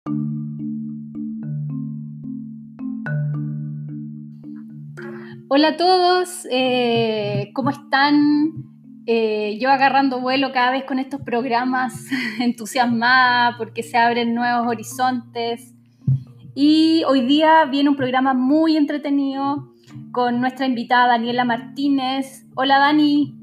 Hola a todos, ¿cómo están? Yo agarrando vuelo cada vez con estos programas, entusiasmada porque se abren nuevos horizontes. Y hoy día viene un programa muy entretenido con nuestra invitada Daniela Martínez. Hola Dani.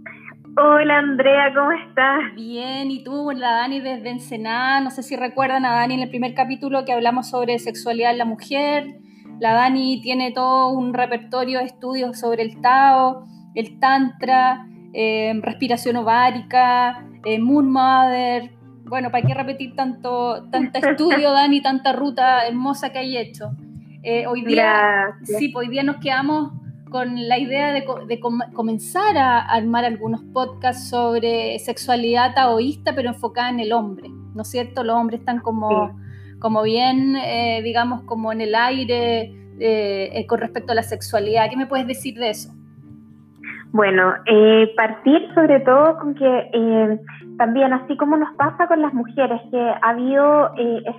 Hola Andrea, ¿cómo estás? Bien, ¿y tú? La Dani desde Ensenada. No sé si recuerdan a Dani en el primer capítulo que hablamos sobre sexualidad en la mujer. La Dani tiene todo un repertorio de estudios sobre el Tao, el Tantra, respiración ovárica, Moon Mother. Bueno, ¿para qué repetir tanto estudio, Dani, tanta ruta hermosa que hay hecho? Hoy día, Gracias. sí, hoy día nos quedamos con la idea de comenzar a armar algunos podcasts sobre sexualidad taoísta, pero enfocada en el hombre, ¿no es cierto? Los hombres están como bien, digamos, como en el aire con respecto a la sexualidad. ¿Qué me puedes decir de eso? Bueno, partir sobre todo con que también, así como nos pasa con las mujeres, que ha habido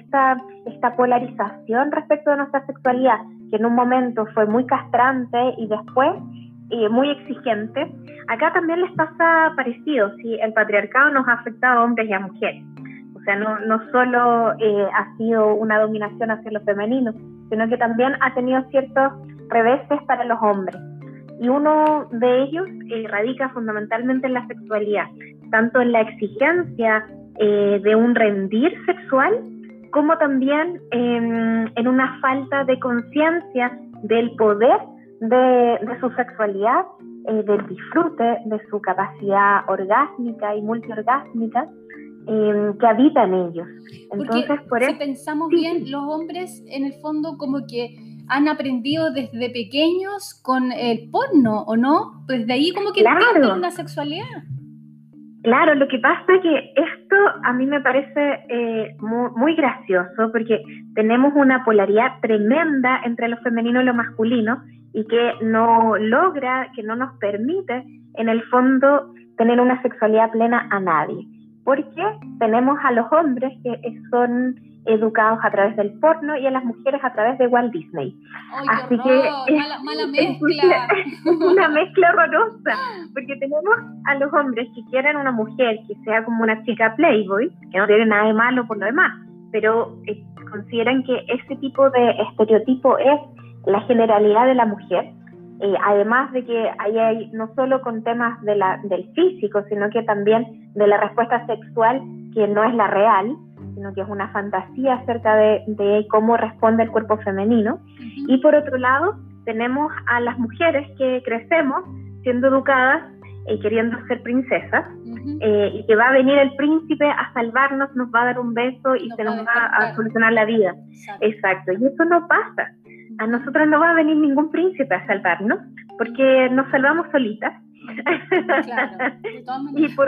esta polarización respecto de nuestra sexualidad, que en un momento fue muy castrante y después muy exigente, acá también les pasa parecido, ¿sí? El patriarcado nos ha afectado a hombres y a mujeres. O sea, no solo ha sido una dominación hacia lo femenino, sino que también ha tenido ciertos reveses para los hombres. Y uno de ellos radica fundamentalmente en la sexualidad, tanto en la exigencia de un rendir sexual, como también en una falta de conciencia del poder de su sexualidad, del disfrute, de su capacidad orgásmica y multiorgásmica que habita en ellos. Entonces, porque por si pensamos bien, los hombres en el fondo como que han aprendido desde pequeños con el porno, ¿o no? Pues de ahí como que entienden una sexualidad. Claro, lo que pasa es que esto a mí me parece muy gracioso, porque tenemos una polaridad tremenda entre lo femenino y lo masculino, y que no logra, que no nos permite en el fondo tener una sexualidad plena a nadie. Porque tenemos a los hombres que son educados a través del porno y a las mujeres a través de Walt Disney. ¡Ay, así que mala mezcla! Es una mezcla horrorosa, porque tenemos a los hombres que quieren una mujer que sea como una chica playboy, que no tiene nada de malo por lo demás, pero consideran que ese tipo de estereotipo es la generalidad de la mujer. Además de que hay no solo con temas del físico, sino que también de la respuesta sexual, que no es la real, sino que es una fantasía acerca de cómo responde el cuerpo femenino. Y por otro lado, tenemos a las mujeres que crecemos siendo educadas queriendo ser princesas, y que va a venir el príncipe a salvarnos, nos va a dar un beso y se nos va a solucionar la vida. Exacto, y eso no pasa. A nosotros no va a venir ningún príncipe a salvarnos, porque nos salvamos solitas. Claro, y por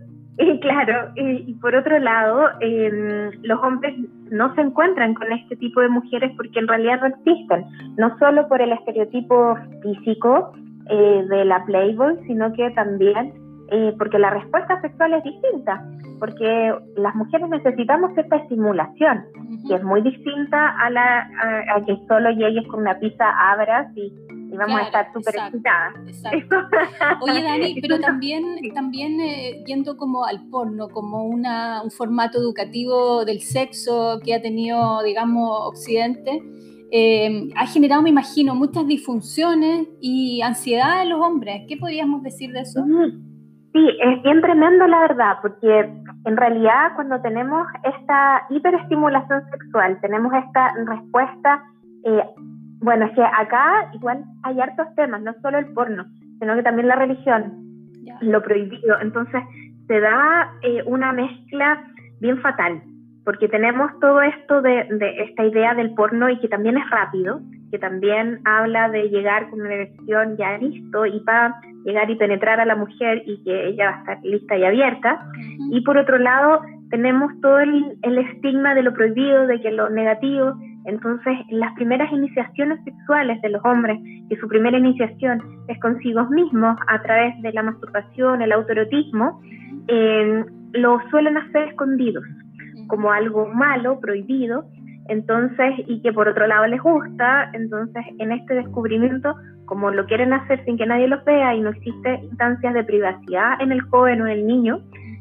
otro lado, los hombres no se encuentran con este tipo de mujeres porque en realidad no existen, no solo por el estereotipo físico de la Playboy, sino que también porque la respuesta sexual es distinta, porque las mujeres necesitamos esta estimulación, que es muy distinta a que solo llegues con una pizza abras y vamos a estar súper excitadas. Oye, Dani, pero también yendo como al porno, como un formato educativo del sexo que ha tenido, digamos, Occidente, ha generado, me imagino, muchas disfunciones y ansiedad en los hombres. ¿Qué podríamos decir de eso? Sí, es bien tremendo la verdad, porque en realidad cuando tenemos esta hiperestimulación sexual, tenemos esta respuesta, bueno, es que acá igual hay hartos temas, no solo el porno, sino que también la religión, lo prohibido. Entonces se da una mezcla bien fatal, porque tenemos todo esto de esta idea del porno, y que también es rápido, que también habla de llegar con una erección ya listo y para llegar y penetrar a la mujer y que ella va a estar lista y abierta. Y por otro lado tenemos todo el estigma de lo prohibido, de que lo negativo. Entonces las primeras iniciaciones sexuales de los hombres, que su primera iniciación es consigo mismos a través de la masturbación, el autoerotismo, lo suelen hacer escondidos, como algo malo, prohibido, entonces, y que por otro lado les gusta. Entonces en este descubrimiento, como lo quieren hacer sin que nadie los vea y no existe instancias de privacidad en el joven o en el niño,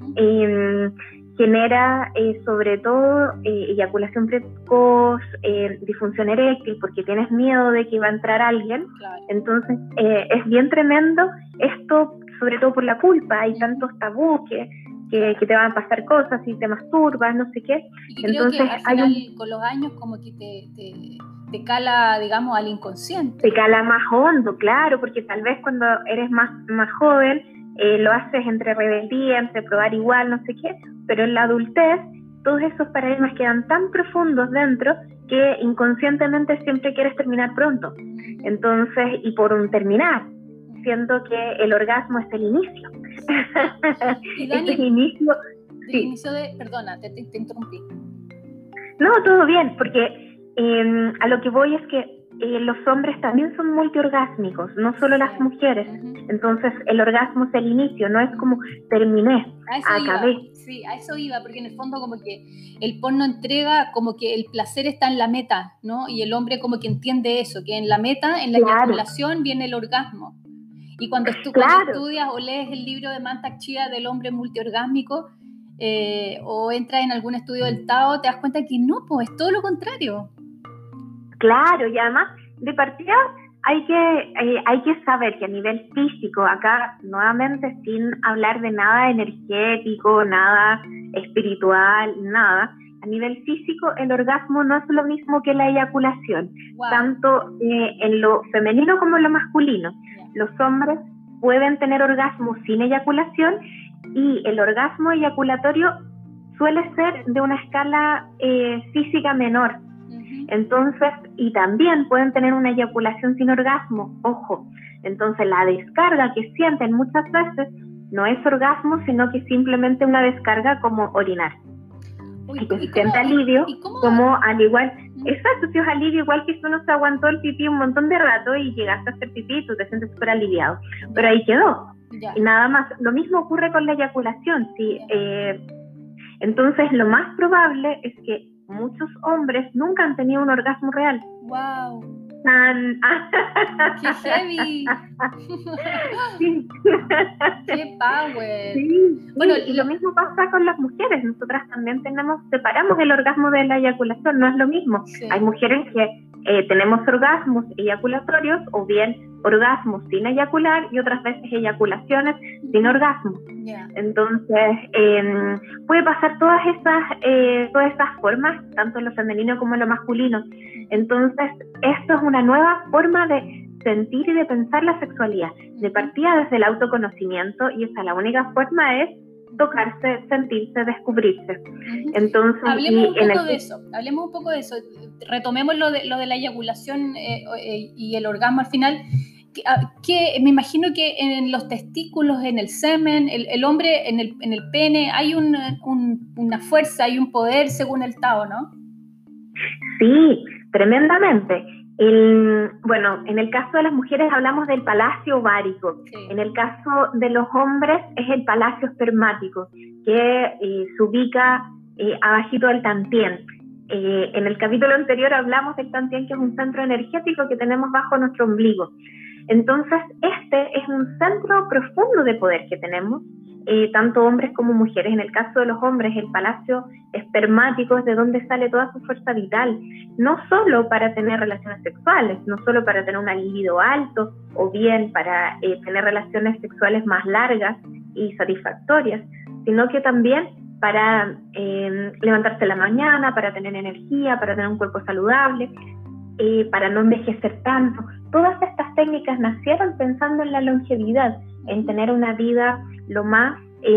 genera sobre todo eyaculación precoz, disfunción eréctil, porque tienes miedo de que va a entrar alguien. Claro. Entonces es bien tremendo esto, sobre todo por la culpa. Hay tantos tabús que te van a pasar cosas si te masturbas, no sé qué. Y entonces, creo que al final con los años como que te cala, digamos, al inconsciente. Te cala más hondo, claro, porque tal vez cuando eres más joven lo haces entre rebeldía, entre probar igual, no sé qué, pero en la adultez todos esos paradigmas quedan tan profundos dentro que inconscientemente siempre quieres terminar pronto. Entonces, y por un terminar, siento que el orgasmo es el inicio. Y Dani, es el inicio, sí. Inicio de, perdona, te interrumpí. No, todo bien, porque a lo que voy es que los hombres también son multiorgásmicos, no solo las mujeres. Entonces el orgasmo es el inicio, no es como terminé, acabé. Sí, a eso iba, porque en el fondo como que el porno entrega como que el placer está en la meta, ¿no? Y el hombre como que entiende eso, que en la meta, en la eyaculación viene el orgasmo. Y cuando estudias o lees el libro de Mantak Chia del hombre multiorgásmico, o entras en algún estudio del Tao, te das cuenta que no, pues es todo lo contrario. Claro, y además de partida hay que saber que a nivel físico, acá nuevamente sin hablar de nada energético, nada espiritual, nada, a nivel físico el orgasmo no es lo mismo que la eyaculación, tanto en lo femenino como en lo masculino. Los hombres pueden tener orgasmo sin eyaculación, y el orgasmo eyaculatorio suele ser de una escala física menor. Entonces, y también pueden tener una eyaculación sin orgasmo, ojo. Entonces la descarga que sienten muchas veces no es orgasmo, sino que simplemente una descarga como orinar. Y que se siente alivio, como al igual, exacto, si es alivio igual que si uno se aguantó el pipí un montón de rato y llegaste a hacer pipí, tú te sientes súper aliviado, pero ahí quedó. Y nada más. Lo mismo ocurre con la eyaculación. ¿Sí? Entonces lo más probable es que muchos hombres nunca han tenido un orgasmo real. ¡Wow! ¡Qué heavy! Sí. ¡Qué power! Sí. Bueno, y lo mismo pasa con las mujeres. Nosotras también separamos el orgasmo de la eyaculación, no es lo mismo. Sí. Hay mujeres que tenemos orgasmos eyaculatorios, o bien orgasmos sin eyacular, y otras veces eyaculaciones sin orgasmo. Entonces puede pasar todas esas formas, tanto en lo femenino como en lo masculino. Entonces esto es una nueva forma de sentir y de pensar la sexualidad, de partida desde el autoconocimiento, y esa la única forma es tocarse, sentirse, descubrirse. Entonces, hablemos un poco de eso, retomemos lo de la eyaculación y el orgasmo al final. Que me imagino que en los testículos, en el semen, el hombre en el pene hay una fuerza, hay un poder según el Tao, ¿no? Sí, tremendamente. Bueno, en el caso de las mujeres hablamos del palacio ovárico. Sí. En el caso de los hombres es el palacio espermático, que se ubica abajito del tantien. En el capítulo anterior hablamos del tantien, que es un centro energético que tenemos bajo nuestro ombligo. Entonces, este es un centro profundo de poder que tenemos, tanto hombres como mujeres. En el caso de los hombres, el palacio espermático es de donde sale toda su fuerza vital, no solo para tener relaciones sexuales, no solo para tener un libido alto, o bien para tener relaciones sexuales más largas y satisfactorias, sino que también para levantarse en la mañana, para tener energía, para tener un cuerpo saludable, para no envejecer tanto. Todas estas técnicas nacieron pensando en la longevidad, en tener una vida lo más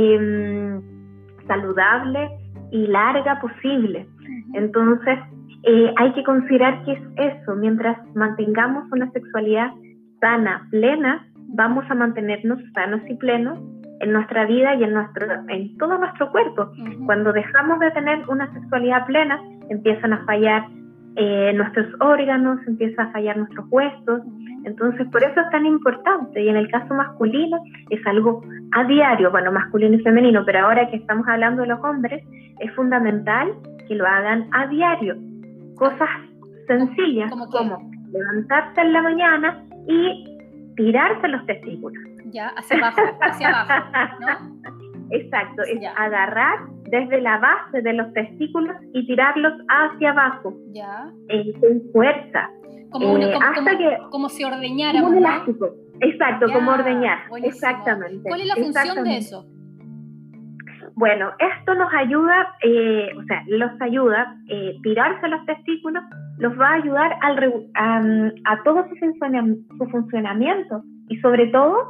saludable y larga posible. Entonces hay que considerar que es eso. Mientras mantengamos una sexualidad sana, plena, vamos a mantenernos sanos y plenos en nuestra vida y en todo nuestro cuerpo. Cuando dejamos de tener una sexualidad plena, empiezan a fallar nuestros órganos, empieza a fallar nuestros huesos, Entonces, por eso es tan importante. Y en el caso masculino es algo a diario, bueno, masculino y femenino, pero ahora que estamos hablando de los hombres, es fundamental que lo hagan a diario. Cosas sencillas como levantarse en la mañana y tirarse los testículos. Ya, hacia abajo, ¿no? Exacto, es agarrar desde la base de los testículos y tirarlos hacia abajo. Ya. Con fuerza. Como si ordeñáramos, como un elástico. ¿No? Exacto, como ordeñar. Buenísimo. Exactamente. ¿Cuál es la función de eso? Bueno, esto nos ayuda, los ayuda, tirarse los testículos, los va a ayudar a todo su funcionamiento y sobre todo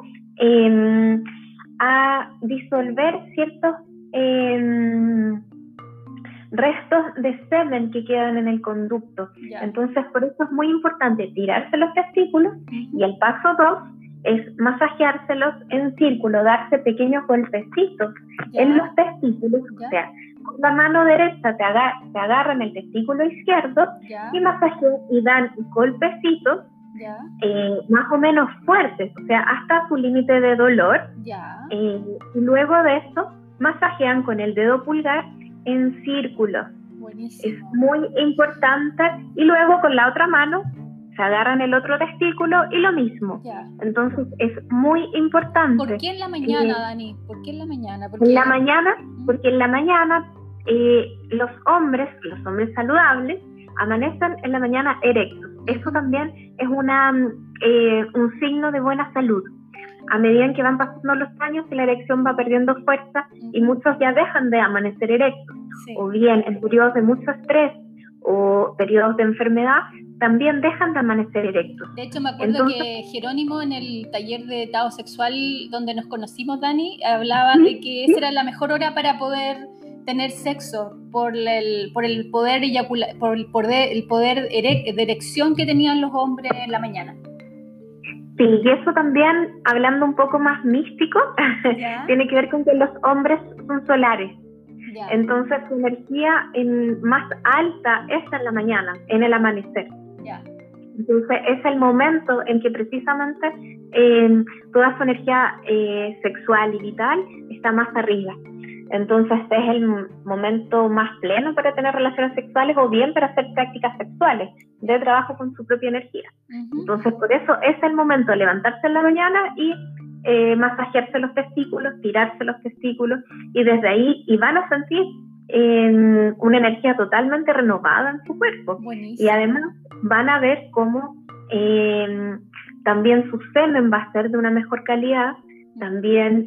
a disolver ciertos restos de semen que quedan en el conducto. Entonces, por eso es muy importante tirarse los testículos y el paso 2 es masajeárselos en círculo, darse pequeños golpecitos en los testículos, o sea, con la mano derecha te agarran el testículo izquierdo y masajean y dan golpecitos más o menos fuertes, o sea, hasta su límite de dolor. Y luego de eso, masajean con el dedo pulgar en círculos. Buenísimo. Es muy importante. Y luego con la otra mano se agarran el otro testículo y lo mismo. Entonces es muy importante. ¿Por qué en la mañana, Dani? ¿Por qué en la mañana? Porque en la mañana los hombres saludables amanecen en la mañana erectos. Eso también es un signo de buena salud. A medida que van pasando los años, la erección va perdiendo fuerza y muchos ya dejan de amanecer erectos. O bien en periodos de mucho estrés o periodos de enfermedad, también dejan de amanecer erectos. De hecho, me acuerdo que Jerónimo en el taller de Tao Sexual donde nos conocimos, Dani, hablaba de que esa era la mejor hora para poder tener sexo por el poder de erección que tenían los hombres en la mañana. Sí, y eso también, hablando un poco más místico, tiene que ver con que los hombres son solares. Entonces su energía más alta es en la mañana, en el amanecer. Entonces es el momento en que precisamente toda su energía sexual y vital está más arriba. Entonces es el momento más pleno para tener relaciones sexuales o bien para hacer prácticas sexuales de trabajo con su propia energía. Entonces por eso es el momento de levantarse en la mañana y masajearse los testículos, tirarse los testículos y desde ahí van a sentir una energía totalmente renovada en su cuerpo. Buenísimo. Y además van a ver cómo también su semen va a ser de una mejor calidad, también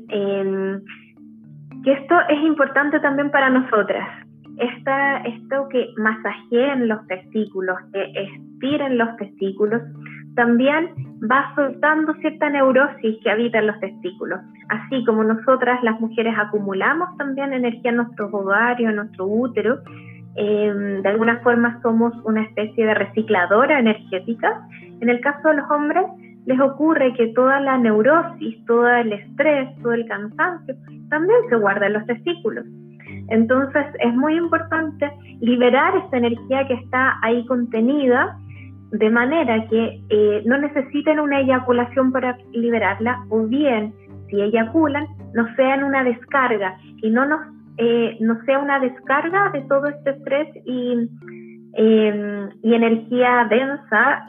que esto es importante también para nosotras. Esto que masajeen los testículos, que estiren los testículos, también va soltando cierta neurosis que habita en los testículos. Así como nosotras las mujeres acumulamos también energía en nuestros ovarios, en nuestro útero, de alguna forma somos una especie de recicladora energética. En el caso de los hombres les ocurre que toda la neurosis, todo el estrés, todo el cansancio también se guarda en los testículos. Entonces es muy importante liberar esa energía que está ahí contenida, de manera que no necesiten una eyaculación para liberarla, o bien, si eyaculan, no sea en una descarga, y no sea una descarga de todo este estrés y energía densa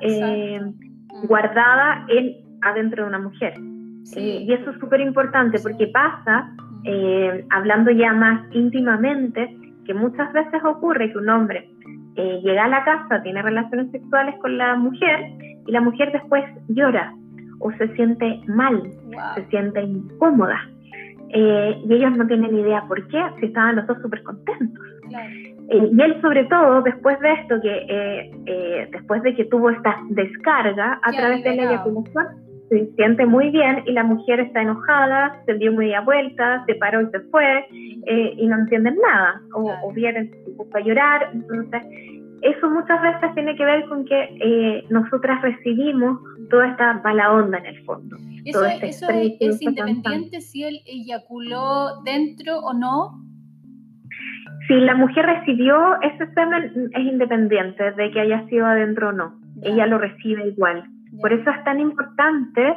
guardada adentro de una mujer. Y eso es súper importante porque pasa, hablando ya más íntimamente, que muchas veces ocurre que un hombre llega a la casa, tiene relaciones sexuales con la mujer y la mujer después llora o se siente mal, se siente incómoda. Y ellos no tienen idea por qué, si estaban los dos súper contentos. Y él, sobre todo, después de esto, después de que tuvo esta descarga a través de la eyaculación, se siente muy bien y la mujer está enojada, se dio media vuelta, se paró y se fue, y no entienden nada, o bien se puso a llorar. Entonces eso muchas veces tiene que ver con que nosotras recibimos toda esta mala onda en el fondo. ¿Eso es independiente si él eyaculó dentro o no? Si la mujer recibió ese semen, es independiente de que haya sido adentro o no. Ella lo recibe igual. Por eso es tan importante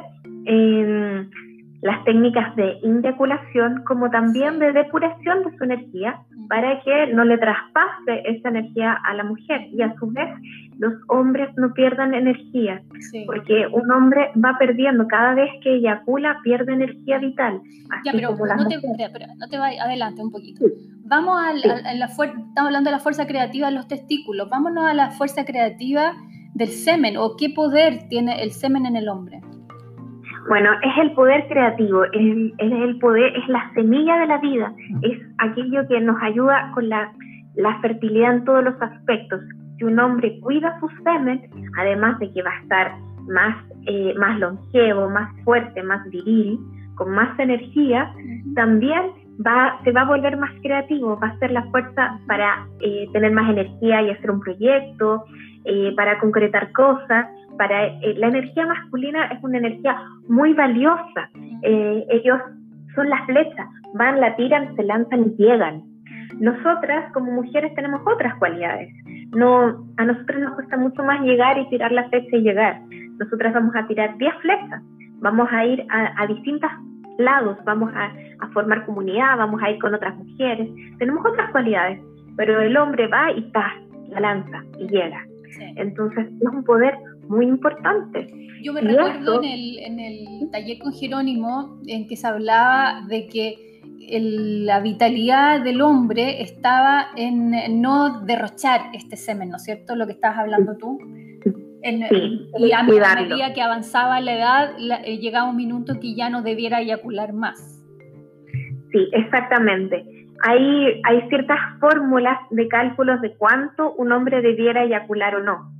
las técnicas de eyaculación como también de depuración de su energía para que no le traspase esa energía a la mujer y a su vez los hombres no pierdan energía, porque un hombre va perdiendo cada vez que eyacula, pierde energía vital. Así pero como no te vayas adelante un poquito. Vamos estamos hablando de la fuerza creativa de los testículos, vámonos a la fuerza creativa del semen, o qué poder tiene el semen en el hombre. Bueno, es el poder creativo, es el poder, es la semilla de la vida, es aquello que nos ayuda con la fertilidad en todos los aspectos. Si un hombre cuida su semen, además de que va a estar más longevo, más fuerte, más viril, con más energía, también se va a volver más creativo, va a ser la fuerza para tener más energía y hacer un proyecto, para concretar cosas. La energía masculina es una energía muy valiosa. Ellos son las flechas, van, la tiran, se lanzan y llegan. Nosotras como mujeres tenemos otras cualidades. A nosotros nos cuesta mucho más llegar y tirar la flecha y llegar. Nosotras vamos a tirar 10 flechas, vamos a ir a distintos lados, vamos a formar comunidad, vamos a ir con otras mujeres. Tenemos otras cualidades, pero el hombre va y la lanza y llega. Entonces es un poder muy importante. Yo me recuerdo en el taller con Jerónimo en que se hablaba de que la vitalidad del hombre estaba en no derrochar este semen, ¿no es cierto? Lo que estabas hablando tú. Y a medida que avanzaba la edad, llegaba un minuto que ya no debiera eyacular más. Sí, exactamente. Hay ciertas fórmulas de cálculos de cuánto un hombre debiera eyacular o no.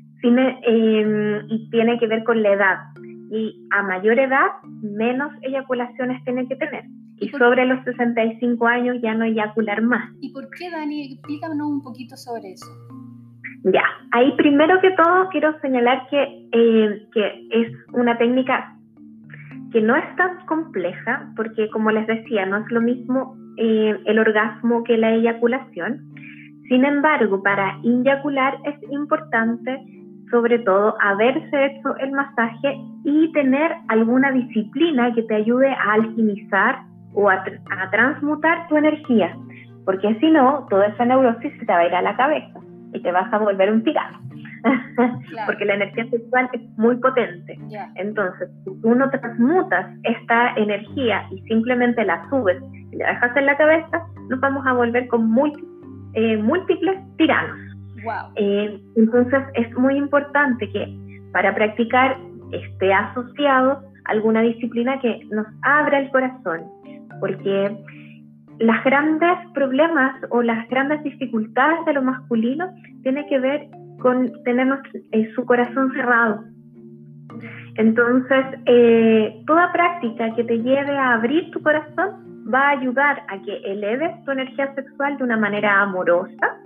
Y tiene que ver con la edad. Y a mayor edad, menos eyaculaciones tiene que tener. Y sobre los 65 años ya no eyacular más. ¿Y por qué, Dani? Explícanos un poquito sobre eso. Ya, ahí primero que todo quiero señalar que es una técnica que no es tan compleja, porque como les decía, no es lo mismo el orgasmo que la eyaculación. Sin embargo, para eyacular es importante sobre todo haberse hecho el masaje y tener alguna disciplina que te ayude a alquimizar o a transmutar tu energía, porque si no, toda esa neurosis se te va a ir a la cabeza y te vas a volver un tirano. Claro. Porque la energía sexual es muy potente. Yeah. Entonces, si tú no transmutas esta energía y simplemente la subes y la dejas en la cabeza, nos vamos a volver con múltiples tiranos. Wow. Entonces, es muy importante que para practicar esté asociado a alguna disciplina que nos abra el corazón, porque los grandes problemas o las grandes dificultades de lo masculino tienen que ver con tener su corazón cerrado. Entonces, toda práctica que te lleve a abrir tu corazón va a ayudar a que eleves tu energía sexual de una manera amorosa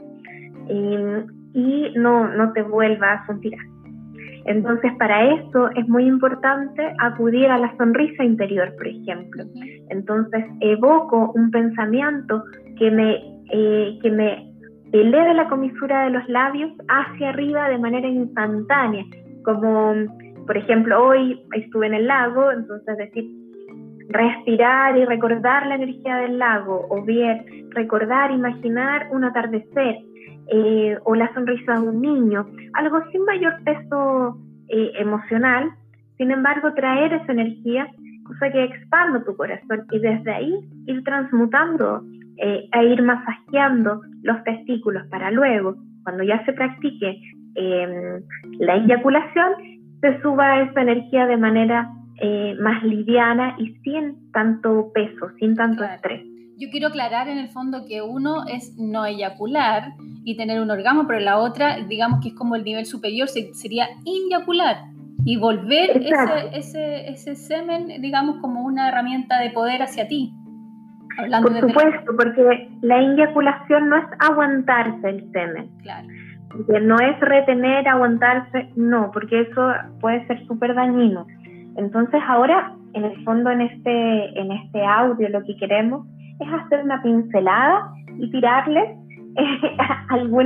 y no te vuelvas un tirano. Entonces, para eso es muy importante acudir a la sonrisa interior, por ejemplo. Entonces, evoco un pensamiento que me eleve la comisura de los labios hacia arriba de manera instantánea, como, por ejemplo, hoy estuve en el lago, entonces decir, respirar y recordar la energía del lago, o bien recordar, imaginar un atardecer, o la sonrisa de un niño, algo sin mayor peso emocional, sin embargo traer esa energía, cosa que expanda tu corazón y desde ahí ir transmutando e ir masajeando los testículos para luego, cuando ya se practique la eyaculación, se suba esa energía de manera más liviana y sin tanto peso, sin tanto estrés. Yo quiero aclarar en el fondo que uno es no eyacular y tener un orgasmo, pero la otra, digamos que es como el nivel superior, sería inyacular y volver ese semen, digamos, como una herramienta de poder hacia ti. Por supuesto, porque la eyaculación no es aguantarse el semen. Claro. Porque no es retener, aguantarse, no, porque eso puede ser súper dañino. Entonces ahora, en el fondo, en este audio, lo que queremos es hacer una pincelada y tirarles algunas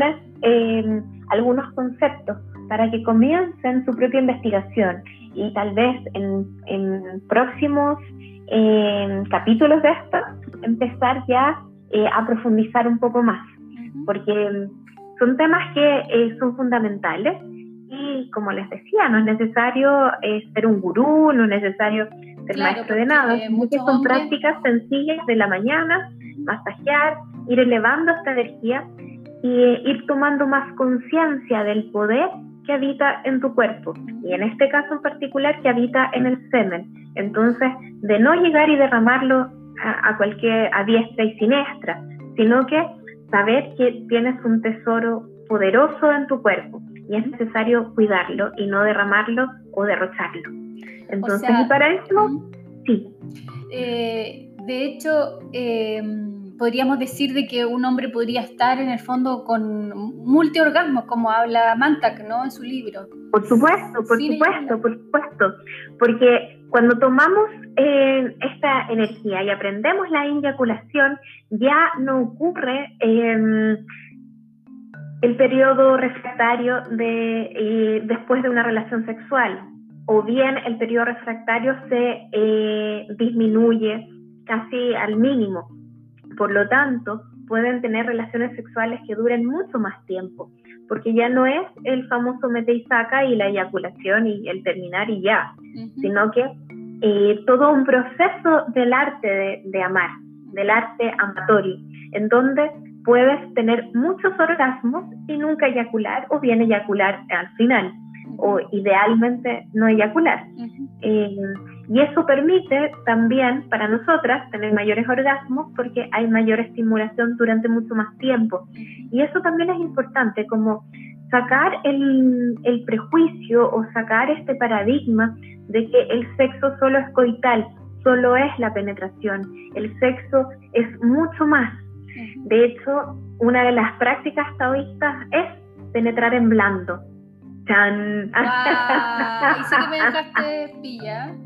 algunos conceptos para que comiencen su propia investigación y tal vez en próximos capítulos de esto empezar ya a profundizar un poco más, porque son temas que son fundamentales y, como les decía, no es necesario ser un gurú, no es necesario ser maestro de nada, sino que son prácticas sencillas de la mañana, masajear, ir elevando esta energía y ir tomando más conciencia del poder que habita en tu cuerpo, y en este caso en particular que habita en el semen. Entonces, de no llegar y derramarlo a diestra y siniestra, sino que saber que tienes un tesoro poderoso en tu cuerpo y es necesario cuidarlo y no derramarlo o derrocharlo. Entonces, y para eso, sí. De hecho, podríamos decir de que un hombre podría estar en el fondo con multiorgasmos, como habla Mantak, ¿no?, en su libro. Por supuesto, porque cuando tomamos esta energía y aprendemos la eyaculación, ya no ocurre el periodo refractario después de una relación sexual, o bien el periodo refractario se disminuye casi al mínimo. Por lo tanto, pueden tener relaciones sexuales que duren mucho más tiempo, porque ya no es el famoso mete y saca y la eyaculación y el terminar y ya, sino que todo un proceso del arte de amar, del arte amatorio, en donde puedes tener muchos orgasmos y nunca eyacular, o bien eyacular al final, o idealmente no eyacular. Y eso permite también para nosotras tener mayores orgasmos porque hay mayor estimulación durante mucho más tiempo. Y eso también es importante, como sacar el prejuicio o sacar este paradigma de que el sexo solo es coital, solo es la penetración. El sexo es mucho más. De hecho, una de las prácticas taoístas es penetrar en blando. ¡Chan! ¡Wow! Y sí que me dejaste pilla.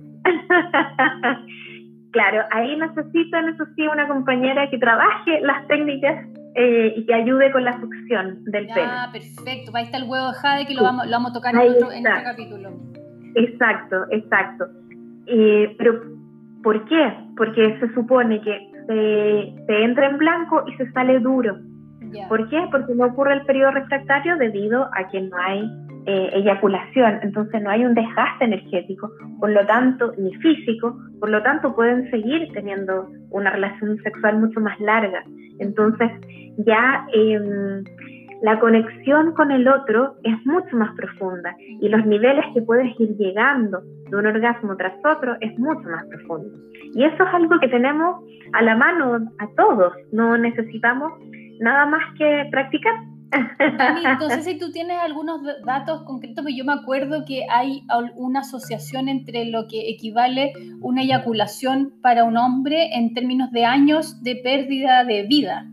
Claro, ahí necesitan, eso sí, una compañera que trabaje las técnicas y que ayude con la succión del pene. Ah, perfecto. Ahí está el huevo de jade que lo vamos a tocar en otro capítulo. Exacto. Pero, ¿por qué? Porque se supone que se entra en blanco y se sale duro. Yeah. ¿Por qué? Porque no ocurre el periodo refractario debido a que no hay eyaculación, entonces no hay un desgaste energético, por lo tanto, ni físico, por lo tanto pueden seguir teniendo una relación sexual mucho más larga. Entonces ya la conexión con el otro es mucho más profunda y los niveles que puedes ir llegando de un orgasmo tras otro es mucho más profundo. Y eso es algo que tenemos a la mano a todos, no necesitamos nada más que practicar. Dani, entonces si tú tienes algunos datos concretos, pues yo me acuerdo que hay una asociación entre lo que equivale una eyaculación para un hombre en términos de años de pérdida de vida.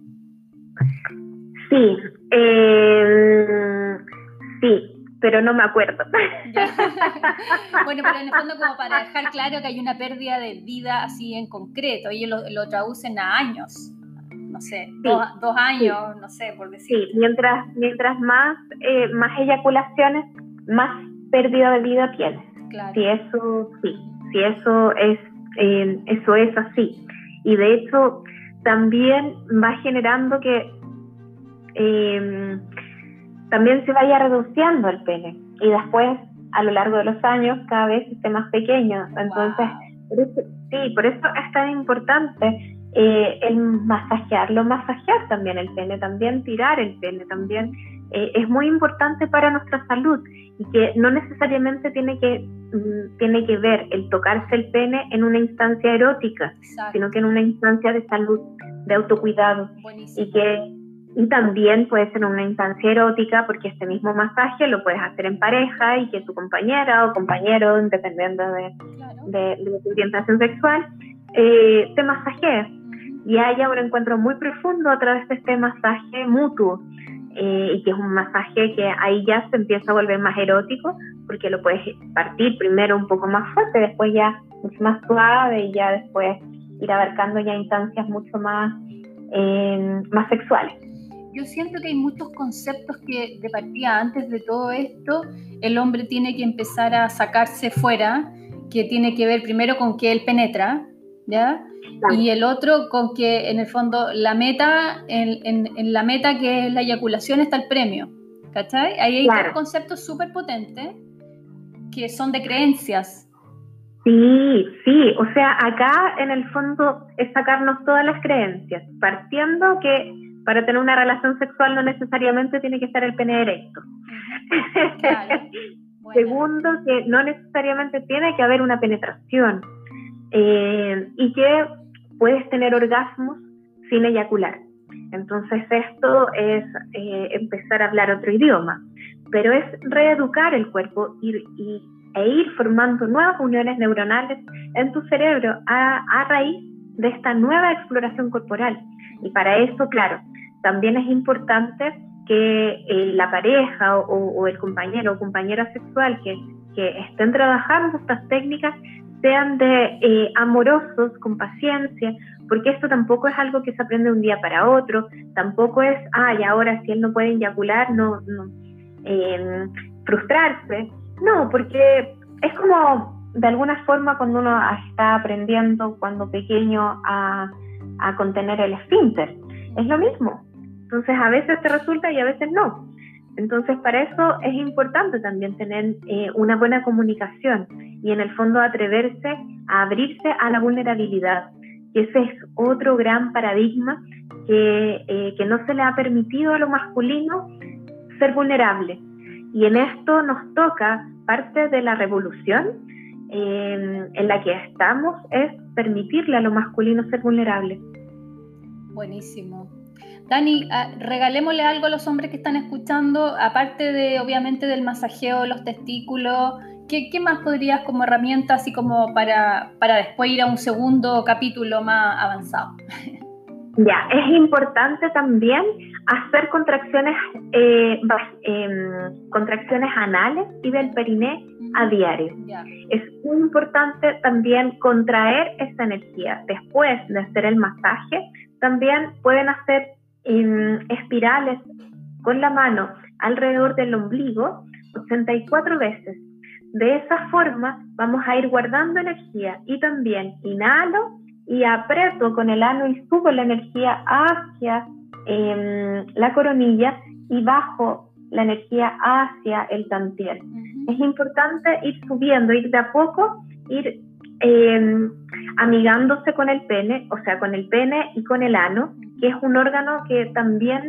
Sí, pero no me acuerdo. Bueno, pero en el fondo como para dejar claro que hay una pérdida de vida así en concreto, ellos lo traducen a años. No sé, sí, 2 años, sí. No sé, por decir. Sí, mientras más eyaculaciones, más pérdida de vida tienes. Claro. Si eso es así. Y de hecho, también va generando que también se vaya reduciendo el pene. Y después, a lo largo de los años, cada vez esté más pequeño. Entonces, por eso es tan importante el masajear también el pene, también tirar el pene, también es muy importante para nuestra salud y que no necesariamente tiene que ver el tocarse el pene en una instancia erótica. Exacto. Sino que en una instancia de salud, de autocuidado. Buenísimo. Y también puede ser una instancia erótica porque este mismo masaje lo puedes hacer en pareja y que tu compañera o compañero, dependiendo de tu orientación sexual, te masajee y haya un encuentro muy profundo a través de este masaje mutuo y que es un masaje que ahí ya se empieza a volver más erótico porque lo puedes partir primero un poco más fuerte, después ya mucho más suave y ya después ir abarcando ya instancias mucho más sexuales. yo siento que hay muchos conceptos que de partida, antes de todo esto, el hombre tiene que empezar a sacarse fuera, que tiene que ver primero con que él penetra, ¿ya? Claro. Y el otro con que en el fondo la meta, en la meta que es la eyaculación está el premio, ¿cachai? Ahí hay Claro. dos conceptos súper potentes que son de creencias. Sí, o sea, acá en el fondo es sacarnos todas las creencias, partiendo que para tener una relación sexual no necesariamente tiene que estar el pene erecto. Claro. Segundo, que no necesariamente tiene que haber una penetración y que puedes tener orgasmos sin eyacular. Entonces esto es empezar a hablar otro idioma, pero es reeducar el cuerpo e ir formando nuevas uniones neuronales en tu cerebro a raíz de esta nueva exploración corporal. Y para eso, claro, también es importante que la pareja o el compañero o compañera sexual que estén trabajando estas técnicas sean amorosos, con paciencia, porque esto tampoco es algo que se aprende de un día para otro, tampoco es, y ahora si él no puede eyacular, frustrarse. No, porque es como, de alguna forma, cuando uno está aprendiendo cuando pequeño a contener el esfínter. Es lo mismo. Entonces, a veces te resulta y a veces no. Entonces, para eso es importante también tener una buena comunicación y, en el fondo, atreverse a abrirse a la vulnerabilidad. Y ese es otro gran paradigma que no se le ha permitido a lo masculino ser vulnerable. Y en esto nos toca, parte de la revolución en la que estamos, es permitirle a lo masculino ser vulnerable. Buenísimo. Dani, regalémosle algo a los hombres que están escuchando, aparte de, obviamente, del masajeo de los testículos. ¿Qué más podrías como herramienta, así como para después ir a un segundo capítulo más avanzado? Ya, es importante también hacer contracciones anales y del periné a diario. Es muy importante también contraer esa energía. Después de hacer el masaje, también pueden hacer espirales con la mano alrededor del ombligo 84 veces. De esa forma vamos a ir guardando energía y también inhalo y aprieto con el ano y subo la energía hacia la coronilla y bajo la energía hacia el tantier. Es importante ir subiendo, ir de a poco, ir amigándose con el pene, o sea, con el pene y con el ano, que es un órgano que también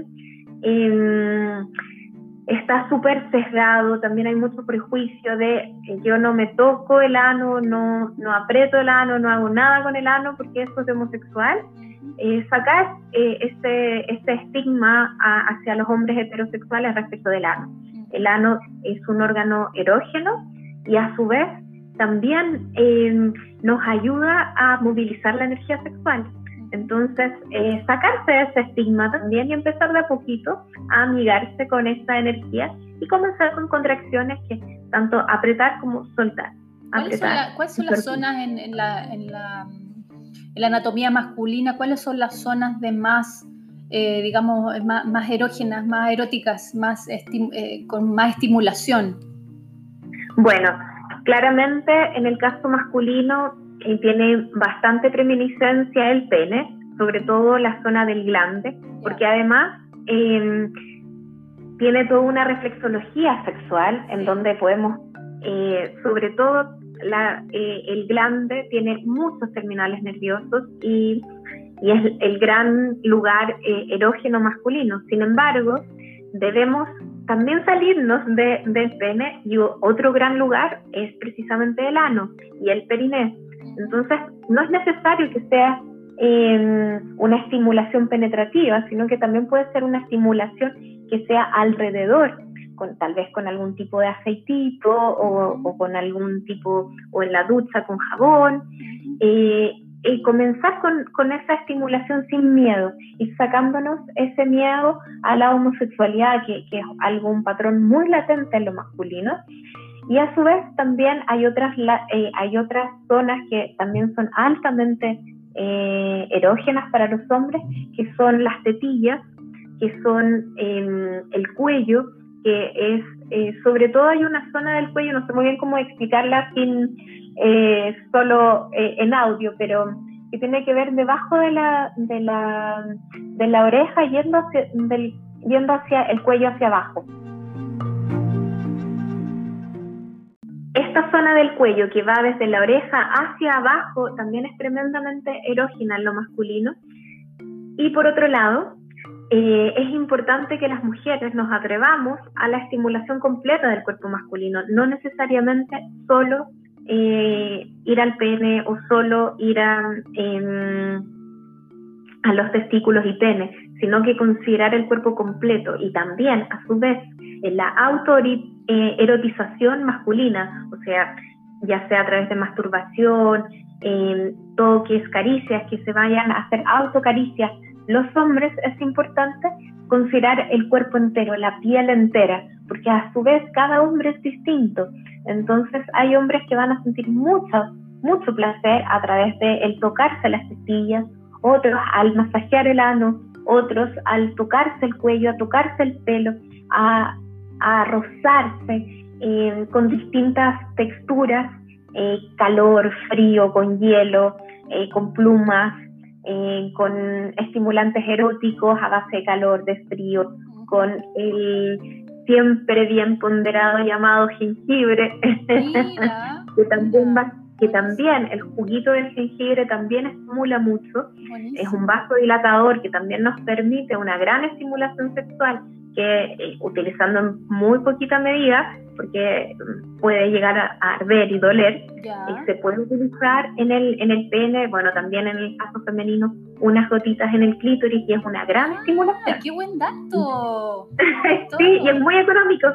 está súper sesgado. También hay mucho prejuicio de yo no me toco el ano, no aprieto el ano, no hago nada con el ano porque eso es homosexual. Sacar este estigma hacia los hombres heterosexuales respecto del ano. El ano es un órgano erógeno y a su vez también nos ayuda a movilizar la energía sexual. Entonces, sacarse de ese estigma también y empezar de a poquito a amigarse con esta energía y comenzar con contracciones que tanto apretar como soltar. ¿Cuáles son las zonas en la anatomía masculina? ¿Cuáles son las zonas de más, digamos, más erógenas, más eróticas, con más estimulación? Bueno, claramente en el caso masculino tiene bastante preeminiscencia el pene, sobre todo la zona del glande, porque además tiene toda una reflexología sexual en donde podemos, sobre todo el glande tiene muchos terminales nerviosos y es el gran lugar erógeno masculino. Sin embargo, debemos también salirnos del pene y otro gran lugar es precisamente el ano y el periné. Entonces, no es necesario que sea una estimulación penetrativa, sino que también puede ser una estimulación que sea alrededor, tal vez con algún tipo de aceitito o con algún tipo, o en la ducha con jabón. Y comenzar con esa estimulación sin miedo y sacándonos ese miedo a la homosexualidad, que es un patrón muy latente en lo masculino. Y a su vez también hay otras zonas que también son altamente erógenas para los hombres, que son las tetillas, que son el cuello, que es, sobre todo hay una zona del cuello, no sé muy bien cómo explicarla sin solo en audio, pero que tiene que ver debajo de la oreja, yendo hacia el cuello hacia abajo. Esta zona del cuello que va desde la oreja hacia abajo también es tremendamente erógena en lo masculino. Y por otro lado, es importante que las mujeres nos atrevamos a la estimulación completa del cuerpo masculino, no necesariamente solo ir al pene o solo ir a los testículos y pene, sino que considerar el cuerpo completo y también, a su vez, la autoerotización masculina, o sea, ya sea a través de masturbación, toques, caricias, que se vayan a hacer autocaricias. Los hombres es importante considerar el cuerpo entero, la piel entera, porque a su vez cada hombre es distinto. Entonces hay hombres que van a sentir mucho placer a través de el tocarse las testillas, otros al masajear el ano, otros al tocarse el cuello, a tocarse el pelo, a rozarse con distintas texturas, calor, frío, con hielo, con plumas, con estimulantes eróticos a base de calor, de frío, con el siempre bien ponderado llamado jengibre, que también el juguito del jengibre también estimula mucho. Buenísimo. Es un vasodilatador que también nos permite una gran estimulación sexual, que utilizando en muy poquita medida, porque puede llegar a arder y doler, se puede utilizar en el pene, bueno, también en el caso femenino, unas gotitas en el clítoris, y es una gran estimulación. ¡Qué buen dato! Sí, y es muy económico.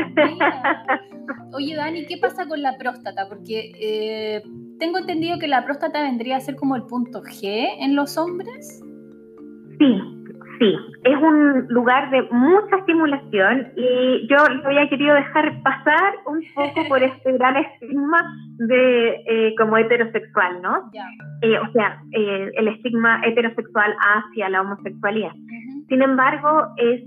Oye, Dani, ¿qué pasa con la próstata? Porque tengo entendido que la próstata vendría a ser como el punto G en los hombres. Sí, es un lugar de mucha estimulación, y yo lo había querido dejar pasar un poco por este gran estigma de como heterosexual, ¿no? O sea, el estigma heterosexual hacia la homosexualidad. Uh-huh. Sin embargo,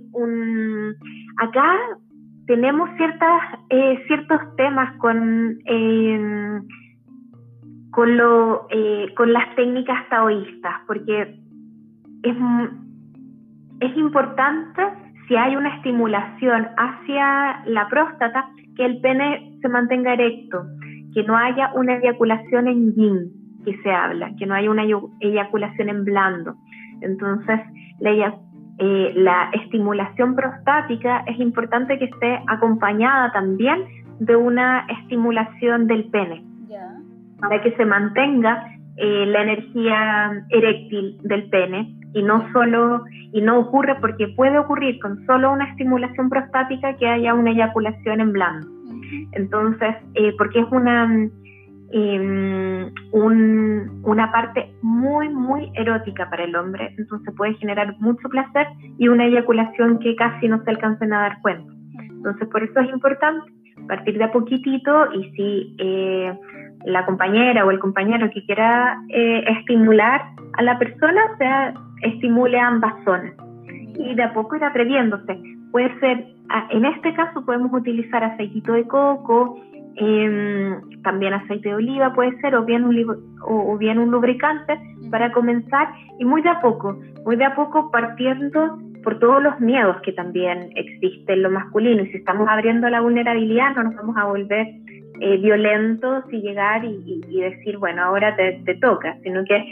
acá tenemos ciertos temas con las técnicas taoístas, porque es importante, si hay una estimulación hacia la próstata, que el pene se mantenga erecto, que no haya una eyaculación en yin, que se habla, que no haya una eyaculación en blando. Entonces, la estimulación prostática es importante que esté acompañada también de una estimulación del pene, para que se mantenga la energía eréctil del pene, y no ocurre, porque puede ocurrir con solo una estimulación prostática que haya una eyaculación en blando. Entonces, porque es una parte muy erótica para el hombre, entonces puede generar mucho placer y una eyaculación que casi no se alcancen a dar cuenta. Entonces, por eso es importante partir de a poquitito, y si la compañera o el compañero que quiera estimular a la persona, estimule ambas zonas, y de a poco ir atreviéndose. Puede ser, en este caso podemos utilizar aceitito de coco, también aceite de oliva puede ser, o bien un lubricante para comenzar, y muy de a poco partiendo por todos los miedos que también existen en lo masculino. Y si estamos abriendo la vulnerabilidad, no nos vamos a volver violentos y llegar y decir, bueno, ahora te toca, sino que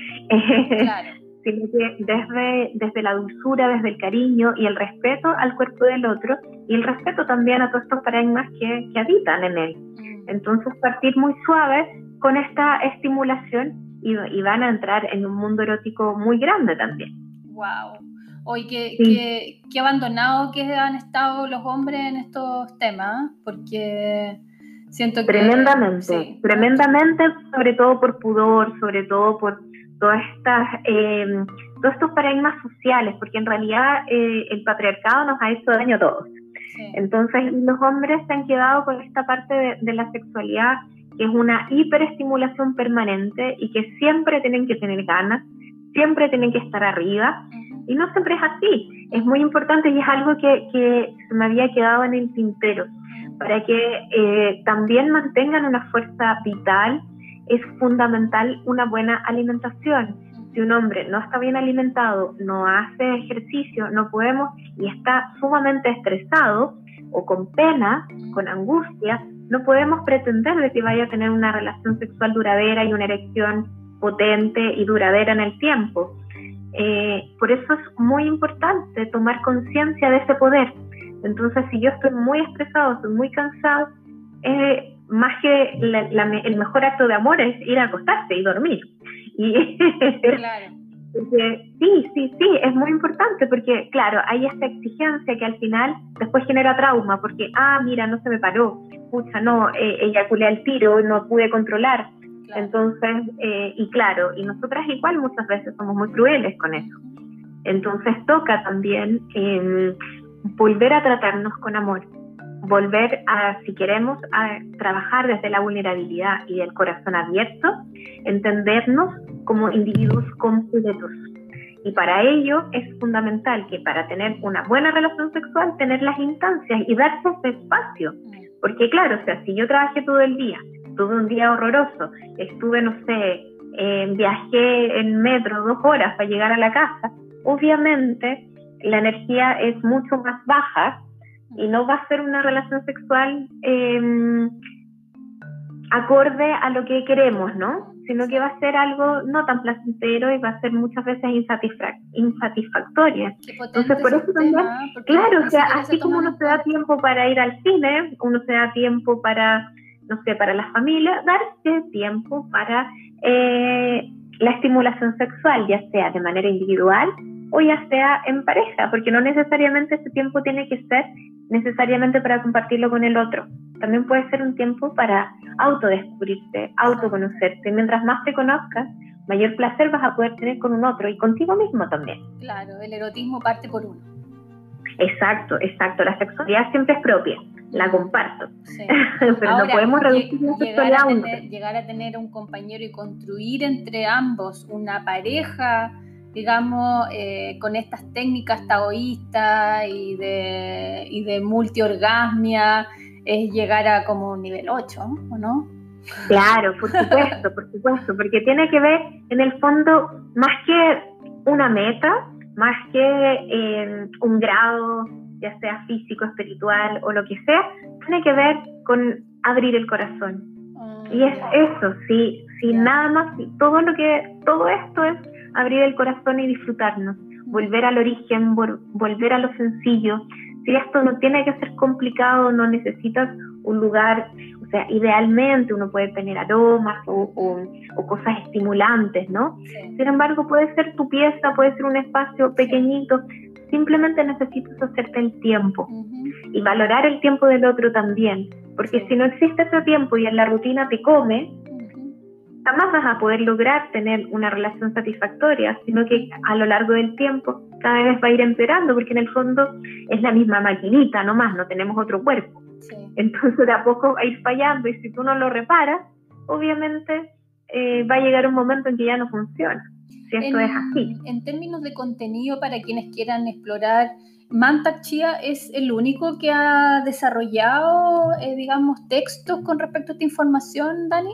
desde la dulzura, desde el cariño y el respeto al cuerpo del otro, y el respeto también a todos estos paradigmas que habitan en él. Entonces, partir muy suave con esta estimulación, y van a entrar en un mundo erótico muy grande también. ¡Wow! Hoy qué abandonados que han estado los hombres en estos temas, porque siento que... Tremendamente, sobre todo por pudor, sobre todo por todos estos paradigmas sociales, porque en realidad el patriarcado nos ha hecho daño a todos. Sí. Entonces los hombres se han quedado con esta parte de la sexualidad, que es una hiperestimulación permanente, y que siempre tienen que tener ganas, siempre tienen que estar arriba, Y no siempre es así. Es muy importante y es algo que se me había quedado en el tintero. Para que también mantengan una fuerza vital, es fundamental una buena alimentación. Si un hombre no está bien alimentado, no hace ejercicio, no podemos, y está sumamente estresado o con pena, con angustia, no podemos pretender de que vaya a tener una relación sexual duradera y una erección potente y duradera en el tiempo. Por eso es muy importante tomar conciencia de ese poder. Entonces, si yo estoy muy estresado, estoy muy cansado, más que el mejor acto de amor es ir a acostarse y dormir. Y claro. Sí, es muy importante porque, claro, hay esta exigencia que al final después genera trauma, porque, mira, no se me paró, pucha, no, eyaculé al tiro, no pude controlar. Claro. Entonces, y nosotras igual muchas veces somos muy crueles con eso. Entonces toca también volver a tratarnos con amor, volver a, si queremos, a trabajar desde la vulnerabilidad y el corazón abierto, entendernos como individuos completos. Y para ello es fundamental que para tener una buena relación sexual, tener las instancias y darse ese espacio. Porque claro, o sea, si yo trabajé todo el día, tuve un día horroroso, estuve, no sé, viajé en metro 2 horas para llegar a la casa, obviamente la energía es mucho más baja y no va a ser una relación sexual acorde a lo que queremos, ¿no? Sino que va a ser algo no tan placentero y va a ser muchas veces insatisfactoria. Entonces, por eso también, claro, o sea, así como uno se da tiempo para ir al cine, uno se da tiempo para, no sé, para la familia, darse tiempo para la estimulación sexual, ya sea de manera individual o ya sea en pareja, porque no necesariamente ese tiempo tiene que ser necesariamente para compartirlo con el otro. También puede ser un tiempo para autodescubrirte, autoconocerte. Mientras más te conozcas, mayor placer vas a poder tener con un otro y contigo mismo también. Claro, el erotismo parte por uno. Exacto. La sexualidad siempre es propia, la comparto. Sí. Pero ahora, no podemos reducir la sexualidad a uno. Llegar a tener un compañero y construir entre ambos una pareja, digamos, con estas técnicas taoístas y de multiorgasmia, es llegar a como nivel 8, ¿o no? Claro, por supuesto, porque tiene que ver, en el fondo, más que una meta, más que un grado, ya sea físico, espiritual o lo que sea, tiene que ver con abrir el corazón. Y es eso, sí, nada más, todo esto es abrir el corazón y disfrutarnos, volver al origen, volver a lo sencillo. Si esto no tiene que ser complicado, no necesitas un lugar, o sea, idealmente uno puede tener aromas o cosas estimulantes, ¿no? Sí. Sin embargo, puede ser tu pieza, puede ser un espacio pequeñito, simplemente necesitas hacerte el tiempo y valorar el tiempo del otro también, porque si no existe ese tiempo y en la rutina te come, jamás vas a poder lograr tener una relación satisfactoria, sino que a lo largo del tiempo cada vez va a ir empeorando, porque en el fondo es la misma maquinita nomás, no tenemos otro cuerpo. Sí. Entonces de a poco va a ir fallando y si tú no lo reparas, obviamente va a llegar un momento en que ya no funciona. Si esto es así. En términos de contenido, para quienes quieran explorar, Mantak Chia es el único que ha desarrollado, digamos, textos con respecto a esta información, Dani.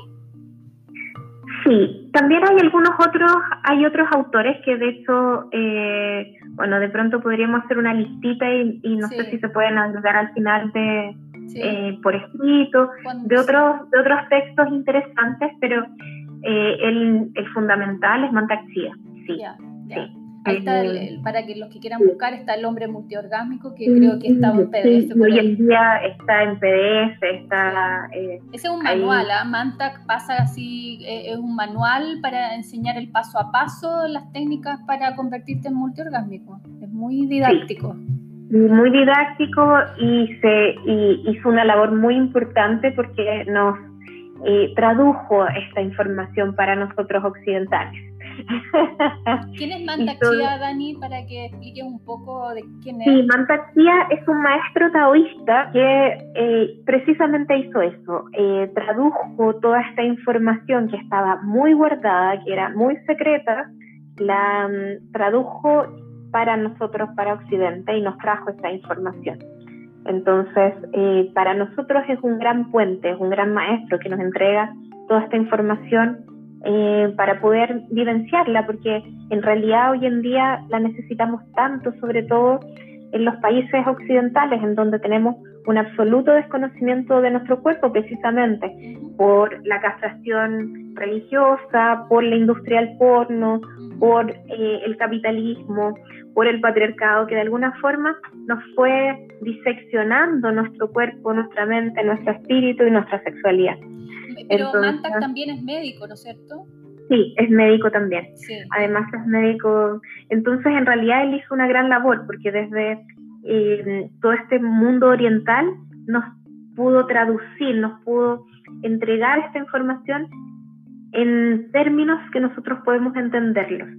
Sí, también hay otros autores que de hecho, de pronto podríamos hacer una listita y no sé si se pueden agregar al final por escrito, de otros textos interesantes, pero el fundamental es Mantak Chia, sí. Sí. Ahí está, para que los que quieran buscar, está El hombre multiorgásmico, que creo que está en PDF. Sí, hoy en día está en PDF, está... Ese es un manual, Mantak pasa así, es un manual para enseñar el paso a paso, las técnicas para convertirte en multiorgásmico. Es muy didáctico. Sí. Muy didáctico y hizo una labor muy importante porque nos tradujo esta información para nosotros occidentales. ¿Quién es Mantak Chia, Dani, para que expliques un poco de quién es? Sí, Mantak Chia es un maestro taoísta que precisamente hizo eso, tradujo toda esta información que estaba muy guardada, que era muy secreta, la tradujo para nosotros, para Occidente, y nos trajo esa información. Entonces, para nosotros es un gran puente, es un gran maestro que nos entrega toda esta información para poder vivenciarla, porque en realidad hoy en día la necesitamos tanto, sobre todo en los países occidentales, en donde tenemos un absoluto desconocimiento de nuestro cuerpo, precisamente por la castración religiosa, por la industria del porno, por el capitalismo, por el patriarcado, que de alguna forma nos fue diseccionando nuestro cuerpo, nuestra mente, nuestro espíritu y nuestra sexualidad. Pero entonces, Mantak también es médico, ¿no es cierto? Sí, es médico también. Sí. Además es médico. Entonces, en realidad él hizo una gran labor, porque desde todo este mundo oriental nos pudo traducir, nos pudo entregar esta información en términos que nosotros podemos entenderlos.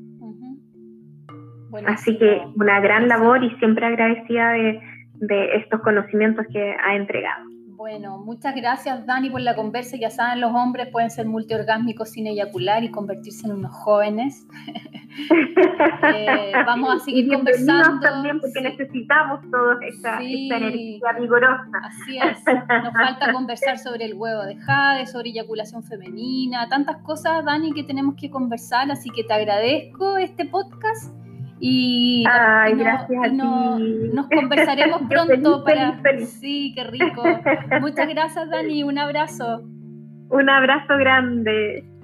Así que una gran labor, y siempre agradecida de estos conocimientos que ha entregado. Bueno, muchas gracias, Dani, por la conversa. Ya saben, los hombres pueden ser multiorgásmicos sin eyacular y convertirse en unos jóvenes. Vamos a seguir conversando. También, porque necesitamos toda esta energía vigorosa. Así es. Nos falta conversar sobre el huevo de Jade, sobre eyaculación femenina, tantas cosas, Dani, que tenemos que conversar. Así que te agradezco este podcast. Y gracias a ti. Nos conversaremos pronto feliz. Sí, qué rico. Muchas gracias, Dani, un abrazo. Un abrazo grande.